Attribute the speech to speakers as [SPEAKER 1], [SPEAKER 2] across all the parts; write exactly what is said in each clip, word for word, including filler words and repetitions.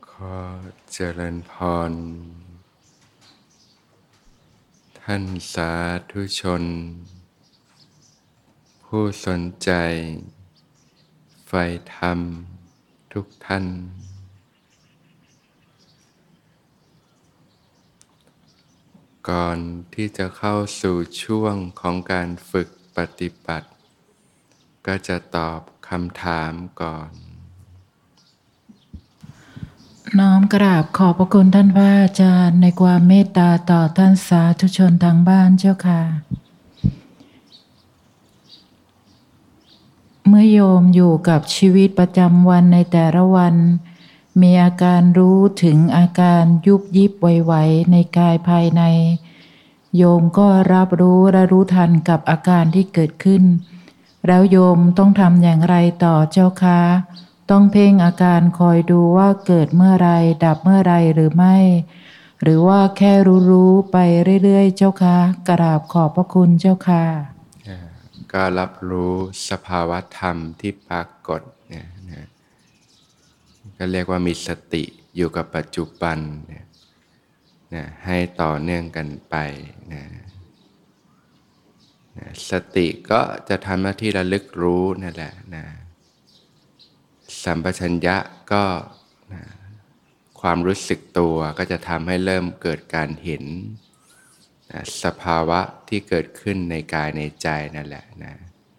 [SPEAKER 1] ขอเจริญพรท่านสาธุชนผู้สนใจใฝ่ธรรมทุกท่านก่อนที่จะเข้าสู่ช่วงของการฝึกปฏิบัติก็จะตอบคำถามก่อน
[SPEAKER 2] น้อมกราบขอบพระคุณท่านพระอาจารย์ในความเมตตาต่อท่านสาธุชนทางบ้านเจ้าค่ะเมื่อโยมอยู่กับชีวิตประจำวันในแต่ละวันมีอาการรู้ถึงอาการยุบยิบไหวๆในกายภายในโยมก็รับรู้และรู้ทันกับอาการที่เกิดขึ้นแล้วโยมต้องทำอย่างไรต่อเจ้าคะต้องเพ่งอาการคอยดูว่าเกิดเมื่อไรดับเมื่อไรหรือไม่หรือว่าแค่รู้ๆไปเรื่อยๆเจ้าคะกราบขอบพระคุณเจ้าค่ะ
[SPEAKER 1] ก็รับรู้สภาวะธรรมที่ปรากฏเนี่ยนะก็เรียกว่ามีสติอยู่กับปัจจุบันเนี่ยนะให้ต่อเนื่องกันไปนะนะสติก็จะทำหน้าที่ระลึกรู้นั่นแหละนะสัมปชัญญะก็นะความรู้สึกตัวก็จะทำให้เริ่มเกิดการเห็นนะสภาวะที่เกิดขึ้นในกายในใจนั่นแหละนะ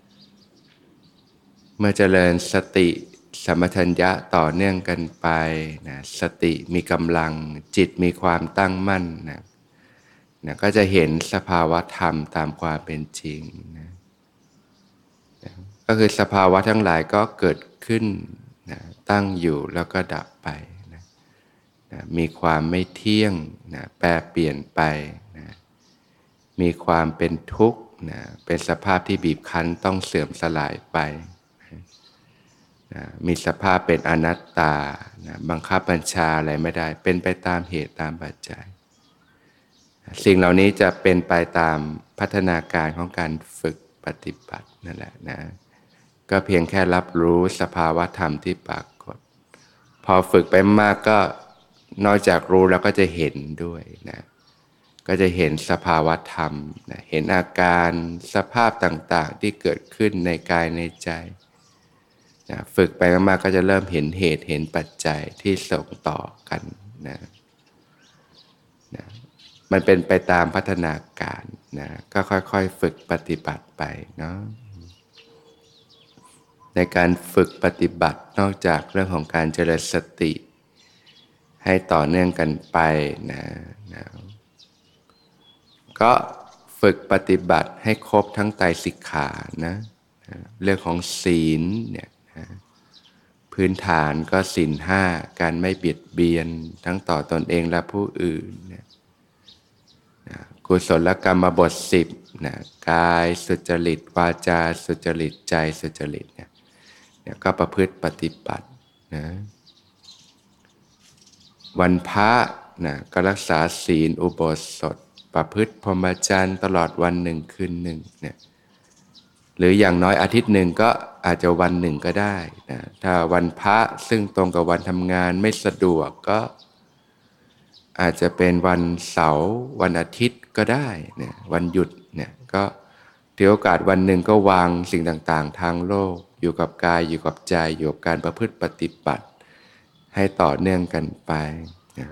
[SPEAKER 1] เมื่อเจริญสติสัมปชัญญะต่อเนื่องกันไปนะสติมีกำลังจิตมีความตั้งมั่นนะนะก็จะเห็นสภาวะธรรมตามความเป็นจริงนะนะก็คือสภาวะทั้งหลายก็เกิดขึ้นนะตั้งอยู่แล้วก็ดับไปนะนะมีความไม่เที่ยงนะแปรเปลี่ยนไปนะมีความเป็นทุกข์นะเป็นสภาพที่บีบคั้นต้องเสื่อมสลายไปนะมีสภาพเป็นอนัตตานะบังคับบัญชาอะไรไม่ได้เป็นไปตามเหตุตามปัจจัยสิ่งเหล่านี้จะเป็นไปตามพัฒนาการของการฝึกปฏิบัตินั่นแหละนะก็เพียงแค่รับรู้สภาวะธรรมที่ปรากฏพอฝึกไปมากก็นอกจากรู้แล้วก็จะเห็นด้วยนะก็จะเห็นสภาวะธรรมนะเห็นอาการสภาพต่างๆที่เกิดขึ้นในกายในใจนะฝึกไปมากๆก็จะเริ่มเห็นเหตุเห็นปัจจัยที่ส่งต่อกันนะนะมันเป็นไปตามพัฒนาการนะก็ค่อยๆฝึกปฏิบัติไปเนาะในการฝึกปฏิบัตินอกจากเรื่องของการเจริญสติให้ต่อเนื่องกันไปนะนะก็ฝึกปฏิบัติให้ครบทั้งไตรสิกขานะนะเรื่องของศีลเนี่ยนะพื้นฐานก็ศีลห้าการไม่เบียดเบียนทั้งต่อตนเองและผู้อื่นเนี่ยนะกุศลกรรมบทสิบนะกายสุจริตวาจาสุจริตใจสุจริตเนี่ยเนี่ยก็ประพฤติปฏิบัตินะวันพระนะก็รักษาศีลอุโบสถประพฤติพรหมจรรย์ตลอดวันหนึ่งคืนหนึ่งเนี่ยหรืออย่างน้อยอาทิตย์หนึ่งก็อาจจะวันหนึ่งก็ได้นะถ้าวันพระซึ่งตรงกับวันทำงานไม่สะดวกก็อาจจะเป็นวันเสาร์วันอาทิตย์ก็ได้เนี่ยวันหยุดเนี่ยก็ถือโอกาสวันหนึ่งก็วางสิ่งต่างๆทางโลกอยู่กับกายอยู่กับใจอยู่กับการประพฤติปฏิบัติให้ต่อเนื่องกันไปนะ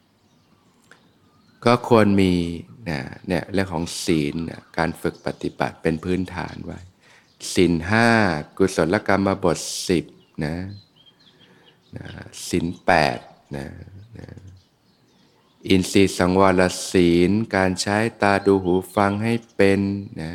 [SPEAKER 1] ก็ควรมีนะเนี่ยเรื่องของศีลนะการฝึกปฏิบัติเป็นพื้นฐานไว้ศีลห้ากุศลกรรมบทสิบนะนะศีลแปดนะนะอินทรีย์สังวรศีลการใช้ตาดูหูฟังให้เป็นนะ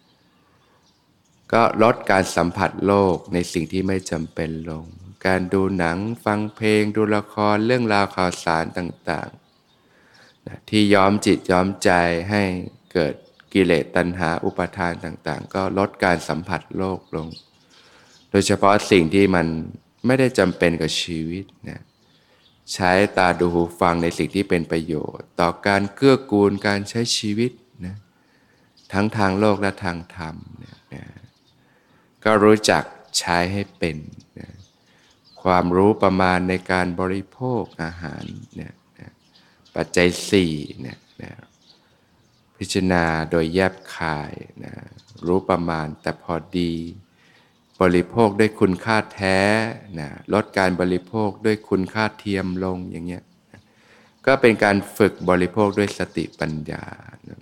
[SPEAKER 1] ก็ลดการสัมผัสโลกในสิ่งที่ไม่จำเป็นลงการดูหนังฟังเพลงดูละครเรื่องราวข่าวสารต่างๆนะที่ย้อมจิตย้อมใจให้เกิดกิเลสตัณหาอุปาทานต่างๆก็ลดการสัมผัสโลกลงโดยเฉพาะสิ่งที่มันไม่ได้จำเป็นกับชีวิตนะใช้ตาดูหูฟังในสิ่งที่เป็นประโยชน์ต่อการเกื้อกูลการใช้ชีวิตนะทั้งทางโลกและทางธรรมนะนะก็รู้จักใช้ให้เป็นนะคความรู้ประมาณในการบริโภคอาหารเนี่ยนะปัจจัยสี่เนี่ยนะพิจารณาโดยแยบคายนะรู้ประมาณแต่พอดีบริโภคด้วยคุณค่าแท้นะลดการบริโภคด้วยคุณค่าเทียมลงอย่างเงี้ยนะก็เป็นการฝึกบริโภคด้วยสติปัญญานะ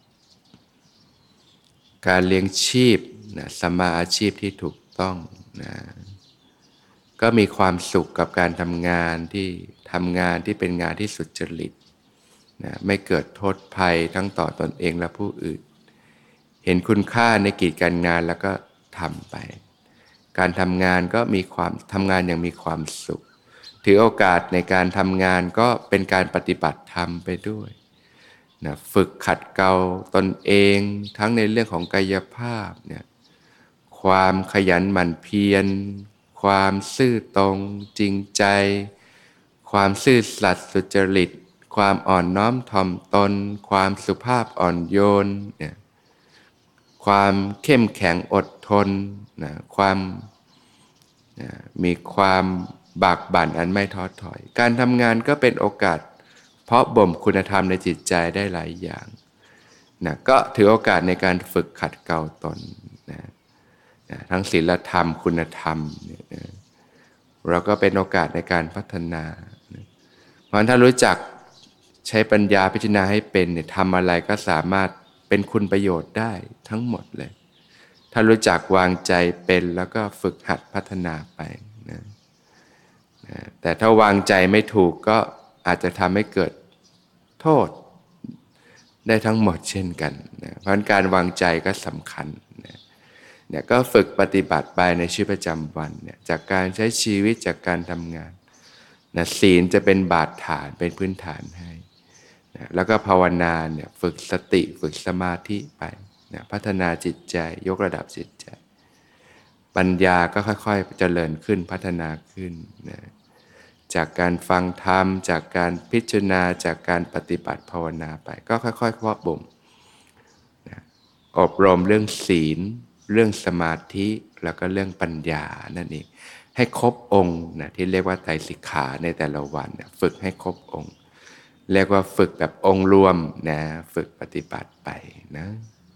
[SPEAKER 1] การเลี้ยงชีพนะสัมมาอาชีพที่ถูกต้องนะก็มีความสุขกับการทำงานที่ทำงานที่เป็นงานที่สุจริตนะไม่เกิดโทษภัยทั้งต่อตนเองและผู้อื่นเห็นคุณค่าในกิจการงานแล้วก็ทำไปการทำงานก็มีความทำงานอย่างมีความสุขถือโอกาสในการทำงานก็เป็นการปฏิบัติธรรมไปด้วยนะฝึกขัดเกลาตนเองทั้งในเรื่องของกายภาพเนี่ยความขยันหมั่นเพียรความซื่อตรงจริงใจความซื่อสัตย์สุจริตความอ่อนน้อมถ่อมตนความสุภาพอ่อนโยนเนี่ยความเข้มแข็งอดทนนะความนะมีความบากบั่นอันไม่ท้อถอยการทำงานก็เป็นโอกาสเพาะบ่มคุณธรรมในจิตใจได้หลายอย่างนะก็ถือโอกาสในการฝึกขัดเกลาตนนะนะทั้งศีลธรรมคุณธรรมเนี่ยนะเราก็เป็นโอกาสในการพัฒนานะเพราะถ้ารู้จักใช้ปัญญาพิจารณาให้เป็นเนี่ยทำอะไรก็สามารถเป็นคุณประโยชน์ได้ทั้งหมดเลยถ้ารู้จักวางใจเป็นแล้วก็ฝึกหัดพัฒนาไปนะนะแต่ถ้าวางใจไม่ถูกก็อาจจะทำให้เกิดโทษได้ทั้งหมดเช่นกันนะเพราะฉะนั้นการวางใจก็สำคัญนะเนี่ยก็ฝึกปฏิบัติไปในชีวิตประจำวันเนี่ยจากการใช้ชีวิตจากการทำงานนะศีลจะเป็นบาดฐานเป็นพื้นฐานให้นะแล้วก็ภาวนาเนี่ยฝึกสติฝึกสมาธิไปนะพัฒนาจิตใจยกระดับจิตใจปัญญาก็ค่อยๆเจริญขึ้นพัฒนาขึ้นนะจากการฟังธรรมจากการพิจารณาจากการปฏิบัติภาวนาไปก็ค่อยๆเพาะบ่มนะอบรมเรื่องศีลเรื่องสมาธิแล้วก็เรื่องปัญญานั่นเองให้ครบองค์นะที่เรียกว่าไตรสิกขาในแต่ละวันนะฝึกให้ครบองค์เรียกว่าฝึกแบบองค์รวมนะฝึกปฏิบัติไปนะ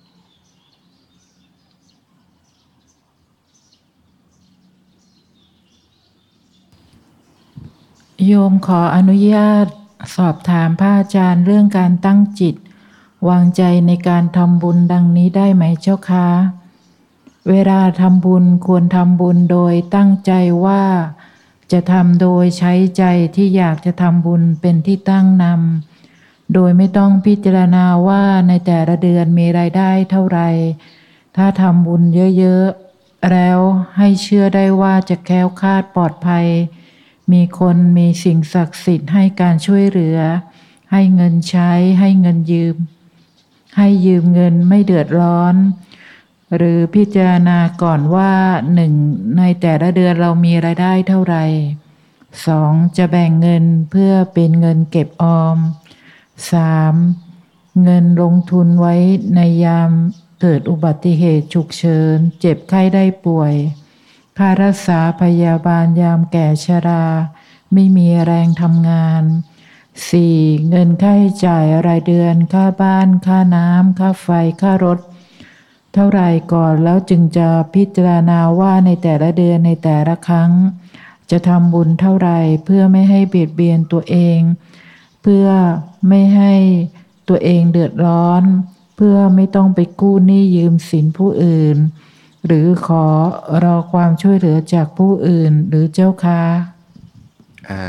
[SPEAKER 2] โยมขออนุญาตสอบถามพระอาจารย์เรื่องการตั้งจิตวางใจในการทำบุญดังนี้ได้ไหมเจ้าคะเวลาทำบุญควรทำบุญโดยตั้งใจว่าจะทำโดยใช้ใจที่อยากจะทำบุญเป็นที่ตั้งนำโดยไม่ต้องพิจารณาว่าในแต่ละเดือนมีรายได้เท่าไหร่ถ้าทำบุญเยอะๆแล้วให้เชื่อได้ว่าจะแคล้วคลาดปลอดภัยมีคนมีสิ่งศักดิ์สิทธิ์ให้การช่วยเหลือให้เงินใช้ให้เงินยืมให้ยืมเงินไม่เดือดร้อนหรือพิจารณาก่อนว่าหนึ่งในแต่ละเดือนเรามีรายได้เท่าไหร่สองจะแบ่งเงินเพื่อเป็นเงินเก็บออมสามเงินลงทุนไว้ในยามเกิดอุบัติเหตุฉุกเฉินเจ็บไข้ได้ป่วยค่ารักษาพยาบาลยามแก่ชราไม่มีแรงทำงานสี่เงินค่าใช้จ่ายรายเดือนค่าบ้านค่าน้ำค่าไฟค่ารถเท่าไรก่อนแล้วจึงจะพิจารณาว่าในแต่ละเดือนในแต่ละครั้งจะทำบุญเท่าไรเพื่อไม่ให้เบียดเบียนตัวเองเพื่อไม่ให้ตัวเองเดือดร้อนเพื่อไม่ต้องไปกู้หนี้ยืมสินผู้อื่นหรือขอรอความช่วยเหลือจากผู้อื่นหรือเจ้าคะ
[SPEAKER 1] อ่า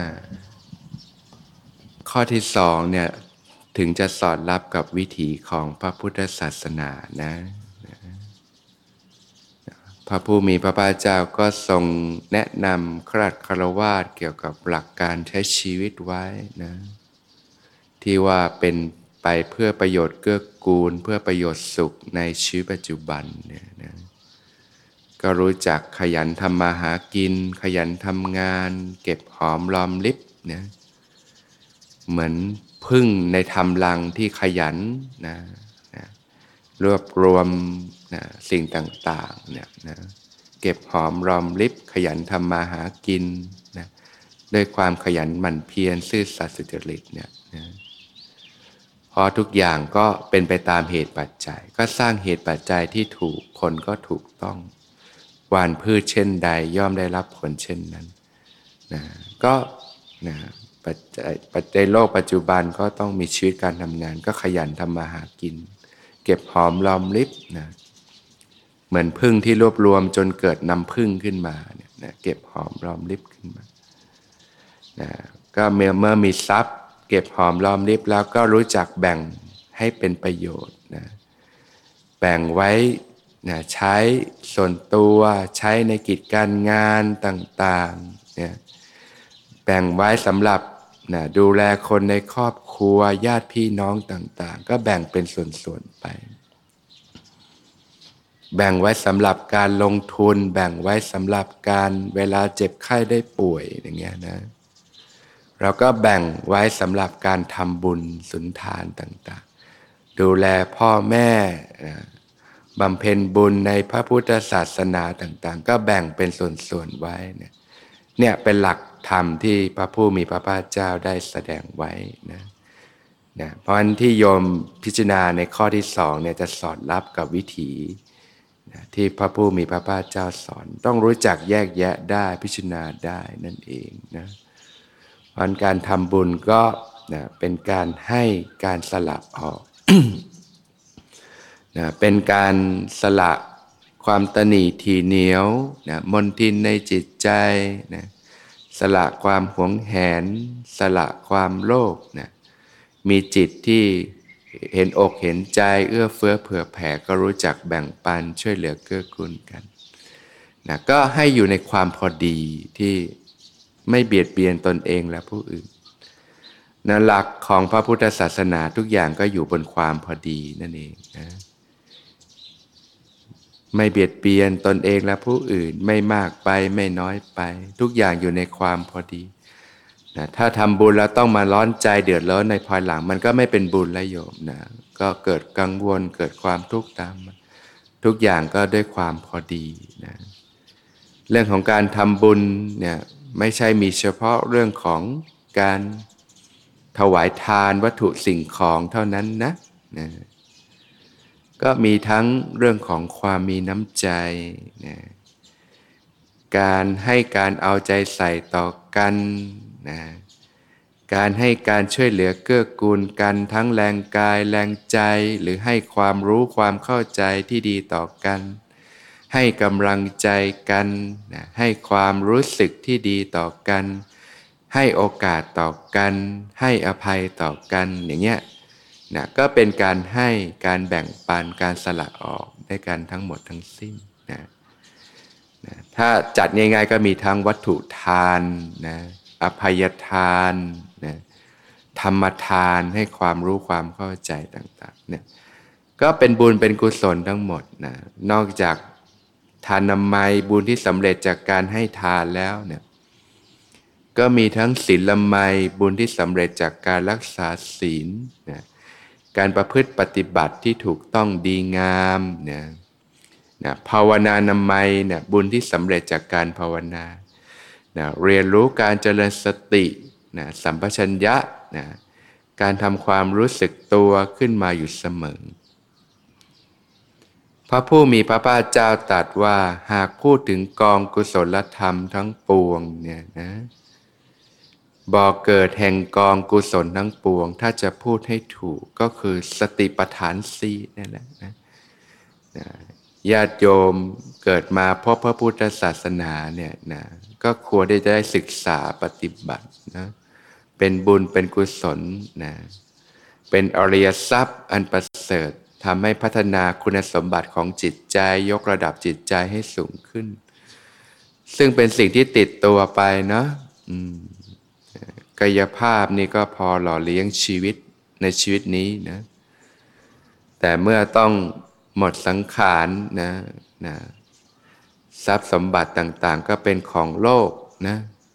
[SPEAKER 1] ข้อที่สองเนี่ยถึงจะสอดรับกับวิถีของพระพุทธศาสนานะพระผู้มีพระภาคเจ้าก็ทรงแนะนำคราสฆราวาสเกี่ยวกับหลักการใช้ชีวิตไว้นะที่ว่าเป็นไปเพื่อประโยชน์เกื้อกูลเพื่อประโยชน์สุขในชีวิตปัจจุบันเนี่ยนะก็รู้จักขยันทำมาหากินขยันทำงานเก็บหอมรอมริบนะเหมือนพึ่งในทำรังที่ขยันนะนะรวบรวมนะสิ่งต่างๆเนี่ยนะเก็บหอมรอมริบขยันทำมาหากินด้วยความขยันหมั่นเพียรซื่อสัตย์สุจริตเนี่ยนะพอทุกอย่างก็เป็นไปตามเหตุปัจจัยก็สร้างเหตุปัจจัยที่ถูกผลก็ถูกต้องหว่านพืชเช่นใดย่อมได้รับผลเช่นนั้นนะก็นะปัจจัยปัจจัยโลกปัจจุบันก็ต้องมีชีวิตการทำงานก็ขยันทำมาหากินเก็บหอมรอมริบนะเหมือนผึ้งที่รวบรวมจนเกิดน้ำผึ้งขึ้นมาเนี่ยนะเก็บหอมรอมริบขึ้นมานะก็เมื่อเมื่อมีทรัพย์เก็บหอมรอมริบแล้วก็รู้จักแบ่งให้เป็นประโยชน์นะแบ่งไว้นะใช้ส่วนตัวใช้ในกิจการงานต่างๆเนี่ยแบ่งไว้สำหรับนะดูแลคนในครอบครัวญาติพี่น้องต่างๆก็แบ่งเป็นส่วนๆไปแบ่งไว้สำหรับการลงทุนแบ่งไว้สำหรับการเวลาเจ็บไข้ได้ป่วยอย่างเงี้ยนะเราก็แบ่งไว้สำหรับการทำบุญสุนทานต่างๆดูแลพ่อแม่บำเพ็ญบุญในพระพุทธศาสนาต่างๆก็แบ่งเป็นส่วนๆไว้เนี่ยเนี่ยเป็นหลักธรรมที่พระผู้มีพระภาคเจ้าได้แสดงไว้นะนะเพราะฉะนั้นที่โยมพิจารณาในข้อที่สองเนี่ยจะสอดรับกับวิถีนะที่พระผู้มีพระภาคเจ้าสอนต้องรู้จักแยกแยะได้พิจารณาได้นั่นเองนะเพราะการทำบุญก็นะเป็นการให้การสละออก นะเป็นการสละความตณีทีเหนียวนะมนทินในจิตใจนะสละความหวงแหนสละความโลภนะมีจิตที่เห็นอกเห็นใจเอื้อเฟื้อเผื่อแผ่ก็รู้จักแบ่งปันช่วยเหลือเกื้อกูลกันนะก็ให้อยู่ในความพอดีที่ไม่เบียดเบียนตนเองและผู้อื่นนะหลักของพระพุทธศาสนาทุกอย่างก็อยู่บนความพอดีนั่นเองนะไม่เบียดเบียนตนเองและผู้อื่นไม่มากไปไม่น้อยไปทุกอย่างอยู่ในความพอดีนะถ้าทำบุญแล้วต้องมาร้อนใจเดือดร้อนในภายหลังมันก็ไม่เป็นบุญและโยมนะก็เกิดกังวลเกิดความทุกข์ตามมาทุกอย่างก็ด้วยความพอดีนะเรื่องของการทำบุญเนี่ยไม่ใช่มีเฉพาะเรื่องของการถวายทานวัตถุสิ่งของเท่านั้นนะนะก็มีทั้งเรื่องของความมีน้ำใจนะการให้การเอาใจใส่ต่อกันนะการให้การช่วยเหลือเกื้อกูลกันทั้งแรงกายแรงใจหรือให้ความรู้ความเข้าใจที่ดีต่อกันให้กำลังใจกันนะให้ความรู้สึกที่ดีต่อกันให้โอกาสต่อกันให้อภัยต่อกันอย่างเงี้ยนะก็เป็นการให้การแบ่งปันการสละออกได้กันทั้งหมดทั้งสิ้นนะนะถ้าจัดง่ายๆก็มีทั้งวัตถุทานนะอภัยทานนะธรรมทานให้ความรู้ความเข้าใจต่างๆเนี่ยก็เป็นบุญเป็นกุศลทั้งหมดนะนอกจากทานนามัยบุญที่สำเร็จจากการให้ทานแล้วเนี่ยก็มีทั้งศีลไมยบุญที่สำเร็จจากการรักษาศีลนะการประพฤติปฏิบัติที่ถูกต้องดีงามนะนะภาวนานามัยนะบุญที่สำเร็จจากการภาวนานะเรียนรู้การเจริญสตินะสัมปชัญญะนะการทำความรู้สึกตัวขึ้นมาอยู่เสมอพระผู้มีพระภาคเจ้าตรัสว่าหากพูดถึงกองกุศลธรรมทั้งปวงเนี่ยนะบ่อเกิดแห่งกองกุศลทั้งปวงถ้าจะพูดให้ถูกก็คือสติปัฏฐานสี่นั่นแหละนะญาติโยมเกิดมาพบพระพุทธศาสนาเนี่ยนะก็ควรได้ได้ศึกษาปฏิบัตินะเป็นบุญเป็นกุศลนะเป็นอริยทรัพย์อันประเสริฐทำให้พัฒนาคุณสมบัติของจิตใจยกระดับจิตใจให้สูงขึ้นซึ่งเป็นสิ่งที่ติดตัวไปเนาะกายภาพนี่ก็พอหล่อเลี้ยงชีวิตในชีวิตนี้นะแต่เมื่อต้องหมดสังขารนะนะทรัพย์สมบัติต่างๆก็เป็นของโลกนะ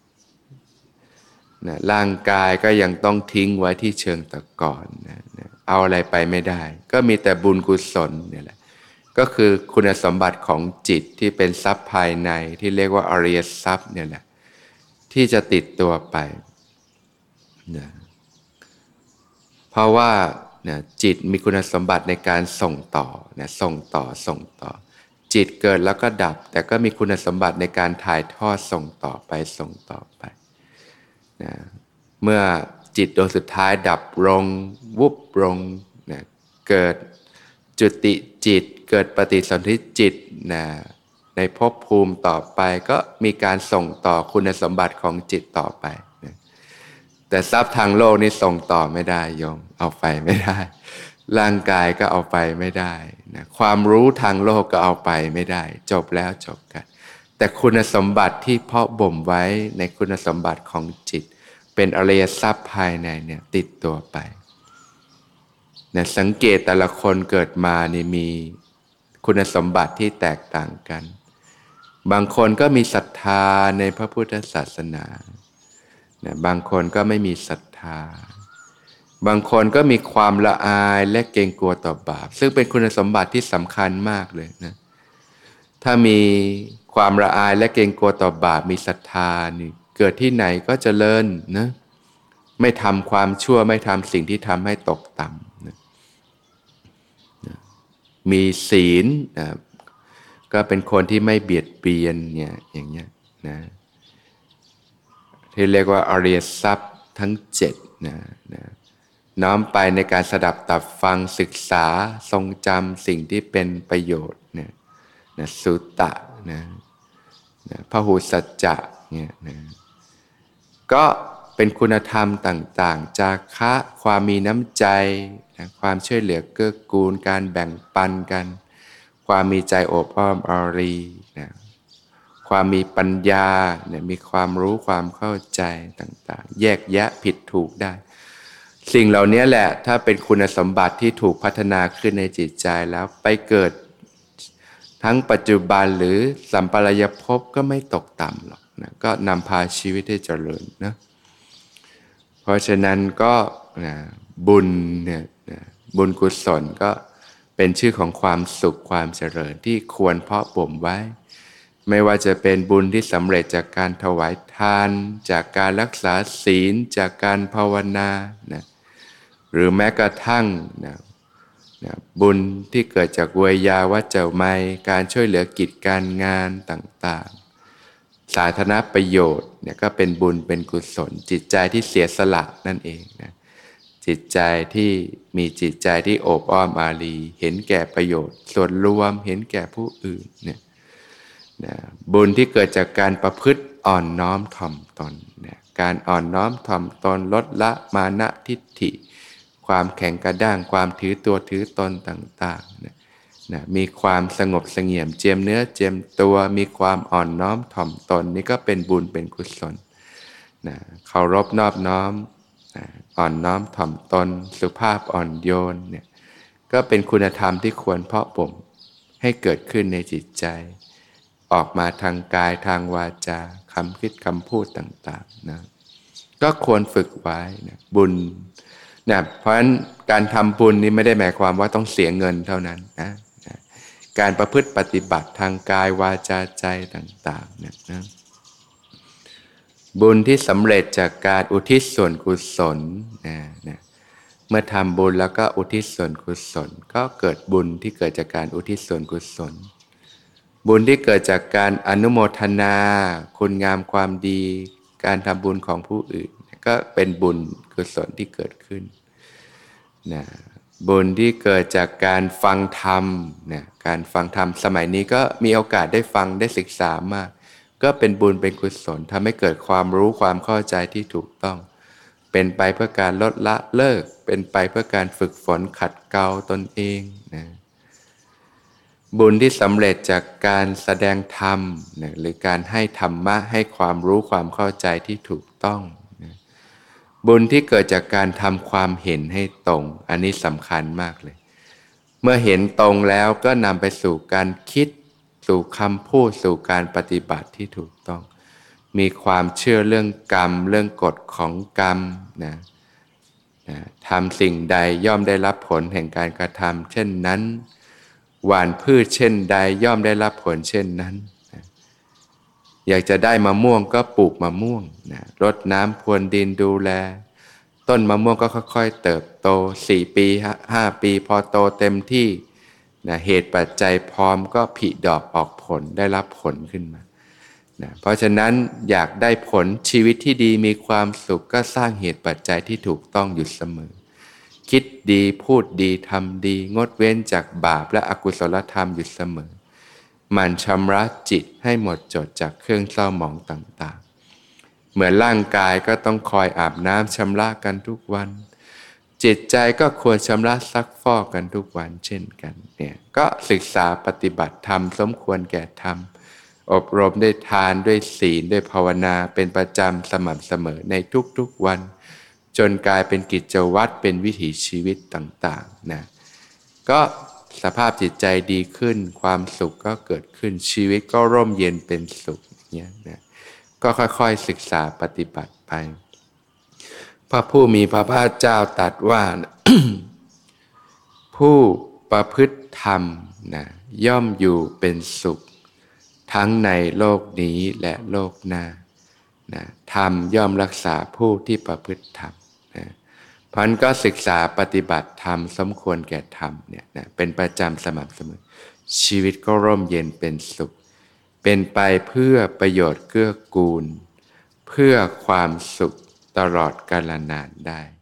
[SPEAKER 1] นะร่างกายก็ยังต้องทิ้งไว้ที่เชิงตะกอนนะนะเอาอะไรไปไม่ได้ก็มีแต่บุญกุศลเนี่ยแหละก็คือคุณสมบัติของจิตที่เป็นทรัพย์ภายในที่เรียกว่าอริยทรัพย์เนี่ยแหละที่จะติดตัวไปนะเพราะว่านะจิตมีคุณสมบัติในการส่งต่อนะส่งต่อส่งต่อจิตเกิดแล้วก็ดับแต่ก็มีคุณสมบัติในการถ่ายทอดส่งต่อไปส่งต่อไปนะเมื่อจิตดวงสุดท้ายดับลงวุบลงนะเกิดจุติจิตเกิดปฏิสนธิจิตนะในภพภูมิต่อไปก็มีการส่งต่อคุณสมบัติของจิตต่อไปนะแต่ทรัพย์ทางโลกนี่ส่งต่อไม่ได้โยมเอาไปไม่ได้ร่างกายก็เอาไปไม่ได้นะความรู้ทางโลกก็เอาไปไม่ได้จบแล้วจบกันแต่คุณสมบัติที่เพาะบ่มไว้ในคุณสมบัติของจิตเป็นอริยทรัพย์ภายในเนี่ยติดตัวไปนะสังเกตแต่ละคนเกิดมานี่มีคุณสมบัติที่แตกต่างกันบางคนก็มีศรัทธาในพระพุทธศาสนานะบางคนก็ไม่มีศรัทธาบางคนก็มีความละอายและเกรงกลัวต่อบาปซึ่งเป็นคุณสมบัติที่สำคัญมากเลยนะถ้ามีความละอายและเกรงกลัวต่อบาปมีศรัทธานี่เกิดที่ไหนก็เจริญนะไม่ทำความชั่วไม่ทำสิ่งที่ทำให้ตกต่ำนะมีศีลนะก็เป็นคนที่ไม่เบียดเบียนเนี่ยอย่างเงี้ยนะที่เรียกว่าอริยทรัพย์ทั้งเจ็ดนะนะน้อมไปในการสดับตับฟังศึกษาทรงจำสิ่งที่เป็นประโยชน์นะนะสุตตะนะนะพหุสัจจะเนี่ยนะก็เป็นคุณธรรมต่างๆจาคะความมีน้ำใจนะความช่วยเหลือเกื้อกูลการแบ่งปันกันความมีใจโอบอ้อมอารีนะความมีปัญญาเนี่ยมีความรู้ความเข้าใจต่างๆแยกแยะผิดถูกได้สิ่งเหล่านี้แหละถ้าเป็นคุณสมบัติที่ถูกพัฒนาขึ้นในจิตใจแล้วไปเกิดทั้งปัจจุบันหรือสัมปรายภพก็ไม่ตกต่ำหรอกนะก็นำพาชีวิตให้เจริญนะเพราะฉะนั้นก็นะบุญเนี่ยนะบุญกุศลก็เป็นชื่อของความสุขความเจริญที่ควรเพาะบ่มไว้ไม่ว่าจะเป็นบุญที่สำเร็จจากการถวายทานจากการรักษาศีลจากการภาวนานะหรือแม้กระทั่งนะนะบุญที่เกิดจากเวยาวัจจะไมการช่วยเหลือกิจการงานต่างๆสาธารณประโยชน์เนี่ยก็เป็นบุญเป็นกุศลจิตใจที่เสียสละนั่นเองนะจิตใจที่มีจิตใจที่โอบอ้อมอารีเห็นแก่ประโยชน์ส่วนรวมเห็นแก่ผู้อื่นเนี่ยนะบุญที่เกิดจากการประพฤติอ่อนน้อมถ่อมตนนะการอ่อนน้อมถ่อมตนลดละมานะทิฏฐิความแข็งกระด้างความถือตัวถือตนต่างๆนะนะมีความสงบเสงี่ยมเจียมเนื้อเจียมตัวมีความอ่อนน้อมถ่อมตนนี่ก็เป็นบุญเป็นกุศลนะเคารพนอบน้อมนะอ่อนน้อมถ่อมตนสุภาพอ่อนโยนเนี่ยก็เป็นคุณธรรมที่ควรเพาะบ่มให้เกิดขึ้นในจิตใจออกมาทางกายทางวาจาคำคิดคำพูดต่างๆนะก็ควรฝึกไว้นะบุญนะเพราะฉะนั้นการทำบุญนี้ไม่ได้หมายความว่าต้องเสียเงินเท่านั้นนะนะการประพฤติปฏิบัติทางกายวาจาใจต่างๆนะนะบุญที่สำเร็จจากการอุทิศส่วนกุศลนะนะเมื่อทำบุญแล้วก็อุทิศส่วนกุศลก็เกิดบุญที่เกิดจากการอุทิศส่วนกุศลบุญที่เกิดจากการอนุโมทนาคุณงามความดีการทำบุญของผู้อื่นก็เป็นบุญกุศลที่เกิดขึ้นนะบุญที่เกิดจากการฟังธรรมนะการฟังธรรมสมัยนี้ก็มีโอกาสได้ฟังได้ศึกษามากก็เป็นบุญเป็นกุศลทำให้เกิดความรู้ความเข้าใจที่ถูกต้องเป็นไปเพื่อการลดละเลิกเป็นไปเพื่อการฝึกฝนขัดเกลาตนเองนะบุญที่สำเร็จจากการแสดงธรรมนะหรือการให้ธรรมะให้ความรู้ความเข้าใจที่ถูกต้องนะบุญที่เกิดจากการทำความเห็นให้ตรงอันนี้สำคัญมากเลยเมื่อเห็นตรงแล้วก็นำไปสู่การคิดสู่คำพูดสู่การปฏิบัติที่ถูกต้องมีความเชื่อเรื่องกรรมเรื่องกฎของกรรมนะนะทำสิ่งใดย่อมได้รับผลแห่งการกระทำเช่นนั้นหว่านพืชเช่นใดย่อมได้รับผลเช่นนั้นนะอยากจะได้มะม่วงก็ปลูกมะม่วงนะรดน้ำพรวนดินดูแลต้นมะม่วงก็ค่อยๆเติบโตสี่ปีห้าปีพอโตเต็มที่นะเหตุปัจจัยพร้อมก็ผลิดอกออกผลได้รับผลขึ้นมานะเพราะฉะนั้นอยากได้ผลชีวิตที่ดีมีความสุขก็สร้างเหตุปัจจัยที่ถูกต้องอยู่เสมอคิดดีพูดดีทำดีงดเว้นจากบาปและอกุศลธรรมอยู่เสมอหมั่นชำระจิตให้หมดจดจากเครื่องเศร้าหมองต่างๆเหมือนร่างกายก็ต้องคอยอาบน้ำชำระกันทุกวันจิตใจก็ควรชำระซักฟอกกันทุกวันเช่นกันเนี่ยก็ศึกษาปฏิบัติธรรมสมควรแก่ธรรมอบรมด้วยทานด้วยศีลด้วยภาวนาเป็นประจำสม่ำเสมอในทุกๆวันจนกลายเป็นกิจวัตรเป็นวิถีชีวิตต่างๆนะก็สภาพจิตใจดีขึ้นความสุขก็เกิดขึ้นชีวิตก็ร่มเย็นเป็นสุขเนี่ยนะก็ค่อยๆศึกษาปฏิบัติไปพระผู้มีพระภาคเจ้าตรัสว่า ผู้ประพฤติธรรมนะย่อมอยู่เป็นสุขทั้งในโลกนี้และโลกหน้านะธรรมย่อมรักษาผู้ที่ประพฤติธรรมนะเพราะฉะนั้นก็ศึกษาปฏิบัติธรรมสมควรแก่ธรรมเนี่ยนะเป็นประจำสม่ำเสมอชีวิตก็ร่มเย็นเป็นสุขเป็นไปเพื่อประโยชน์เกื้อกูลเพื่อความสุขตลอดกาลนานได้